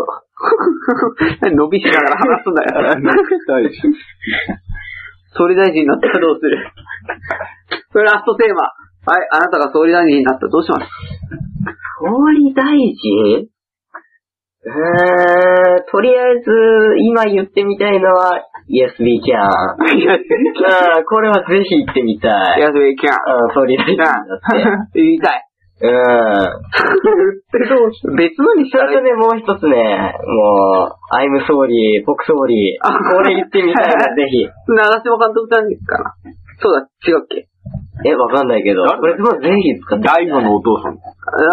伸びしながら話すんだよ。総理大臣になったらどうする？それラストテーマ。はい、あなたが総理大臣になったらどうします？
総理大臣？ とりあえず、今言ってみたいのは、Yes, we can. これはぜひ言ってみたい。
Yes, we can.
総理大臣だって。
言いたい。別のにしたら
ね、もう一つね、もう、I'm sorry, 僕 sorry. これ言ってみたいな、ぜひ。
長嶋監督さんですかな。そうだ、違うっけ？
わかんないけど。これもぜひ使って。
大悟のお父さん。
こ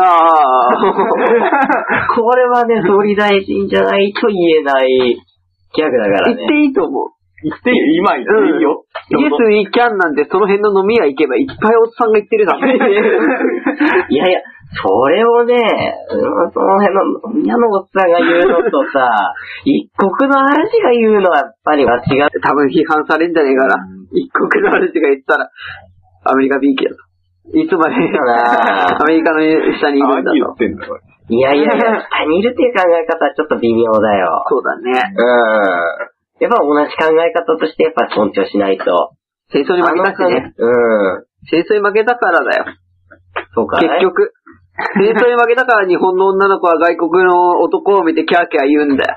れはね、総理大臣じゃないと言えないギャグだからね。
言っていいと思う。
言っていいよ、今言っていいよ。
Yes, we can なんてその辺の飲み屋行けばいっぱいおっさんが言ってるだろ。
いやいや、それをね、その辺の飲み屋のおっさんが言うのとさ、一国の話が言うのはやっぱり間違って
多分批判されんじゃねえかな。一国の話が言ったら、アメリカ B 級だと。いつまでアメリカの下にいるんだと。
何言ってんだよ。
いやいやいや、下にいるっていう考え方はちょっと微妙だよ。
そうだね。
やっぱ同じ考え方としてやっぱ尊重しないと。
戦争に負けたしね。戦争に負けたからだよ。
そうか。
結局。戦争に負けたから日本の女の子は外国の男を見てキャーキャー言うんだよ。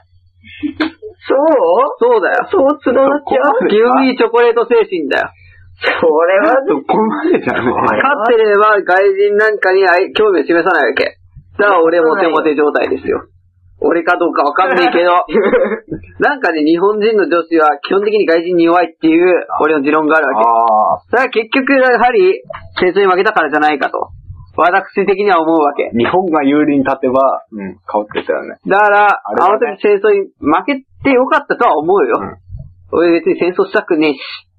そうだよ。
そう繋がっちゃう。
ギブミーチョコレート精神だよ。
それは
そこまでじゃない。
勝ってれば外人なんかに興味を示さないわけ。だから俺モテモテ状態ですよ。俺かどうかわかんないけど、なんかね、日本人の女子は基本的に外人に弱いっていう俺の持論があるわけ。だから結局やはり戦争に負けたからじゃないかと。私的には思うわけ。
日本が有利に立てば、変わってたよね。
だから、あの時戦争に負けてよかったとは思うよ。俺別に戦争したくねえし。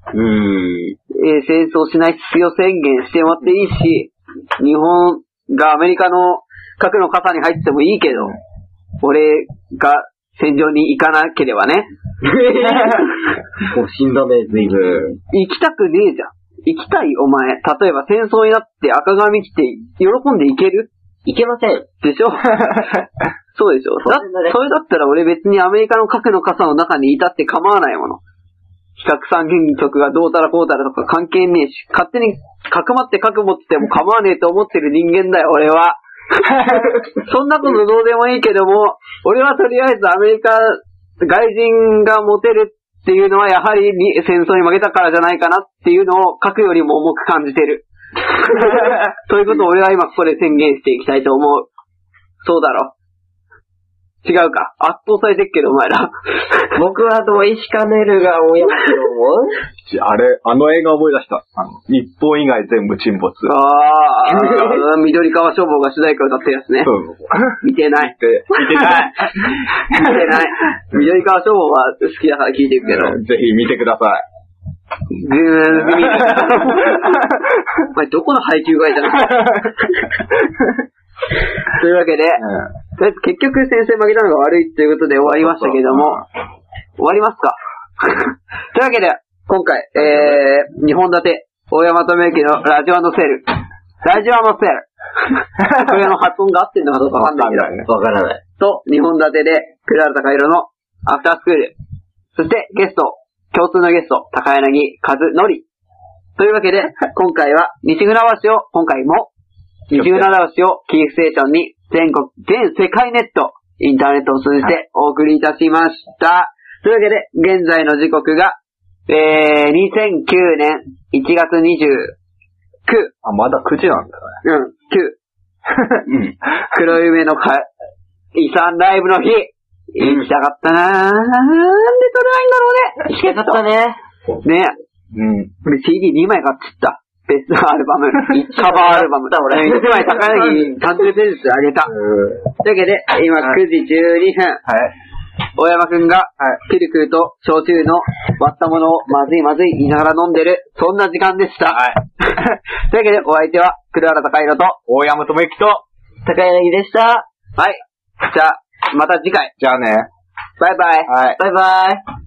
戦争しない必要宣言してもらっていいし、日本がアメリカの核の傘に入ってもいいけど、俺が戦場に行かなければね。
もう死んだね、随分。
行きたくねえじゃん。行きたいお前。例えば戦争になって赤髪着て喜んで行ける？
行けません。
でしょそうでしょそれだったら俺別にアメリカの核の傘の中にいたって構わないもの。非核三原則がどうたらこうたらとか関係ねえし、勝手にかくまって核持ってても構わねえと思ってる人間だよ、俺は。そんなことどうでもいいけども、俺はとりあえずアメリカ、外人がモテるっていうのはやはり戦争に負けたからじゃないかなっていうのを書くよりも重く感じてる。そういうことを俺は今ここで宣言していきたいと思う。そうだろ。違うか。圧倒されてっけど、お前ら。
僕は同意しかねるが親だと思う
あれ、あの映画思い出した。日本以外全部沈没。
緑川消防が主題歌歌ってるやつね。見てない。見てない。緑川消防は好きだから聞いてるけど。
ぜひ見てください。
お前どこの配給会じゃないというわけで、結局先生負けたのが悪いということで終わりましたけども、終わりますかというわけで、今回、2本立て、大山智之のラジオ&セール。ラジオ&セール。これの発音が合ってんのかどうかわかんないけど。
わからない。
と、2本立てで、クラール高弘のアフタースクール。そしてゲスト、共通のゲスト、高柳和則。というわけで、今回は西船橋を、今回も、西船橋をキーステーションに全世界ネット、インターネットを通じてお送りいたしました。というわけで、現在の時刻が、2009年1月29。
まだ9時なんだね。
9。黒夢の遺産ライブの日。行きたかったなぁ。なんで撮れないんだろうね。
行きたかったね。
ね。俺 CD2 枚買っちゃった。ベストアルバム。カバーアルバム。俺1枚高柳誕生日プレゼントあげた。というわけで、今9時12分。大山くんが、ピルクルと焼酎の割ったものをまずいまずい言いながら飲んでる、そんな時間でした。というわけで、お相手は、黒原高弘と、
大山智之と、
高柳でした。
はい。じゃあ、また次回。
じゃあね。
バイバイ。
バイバイ。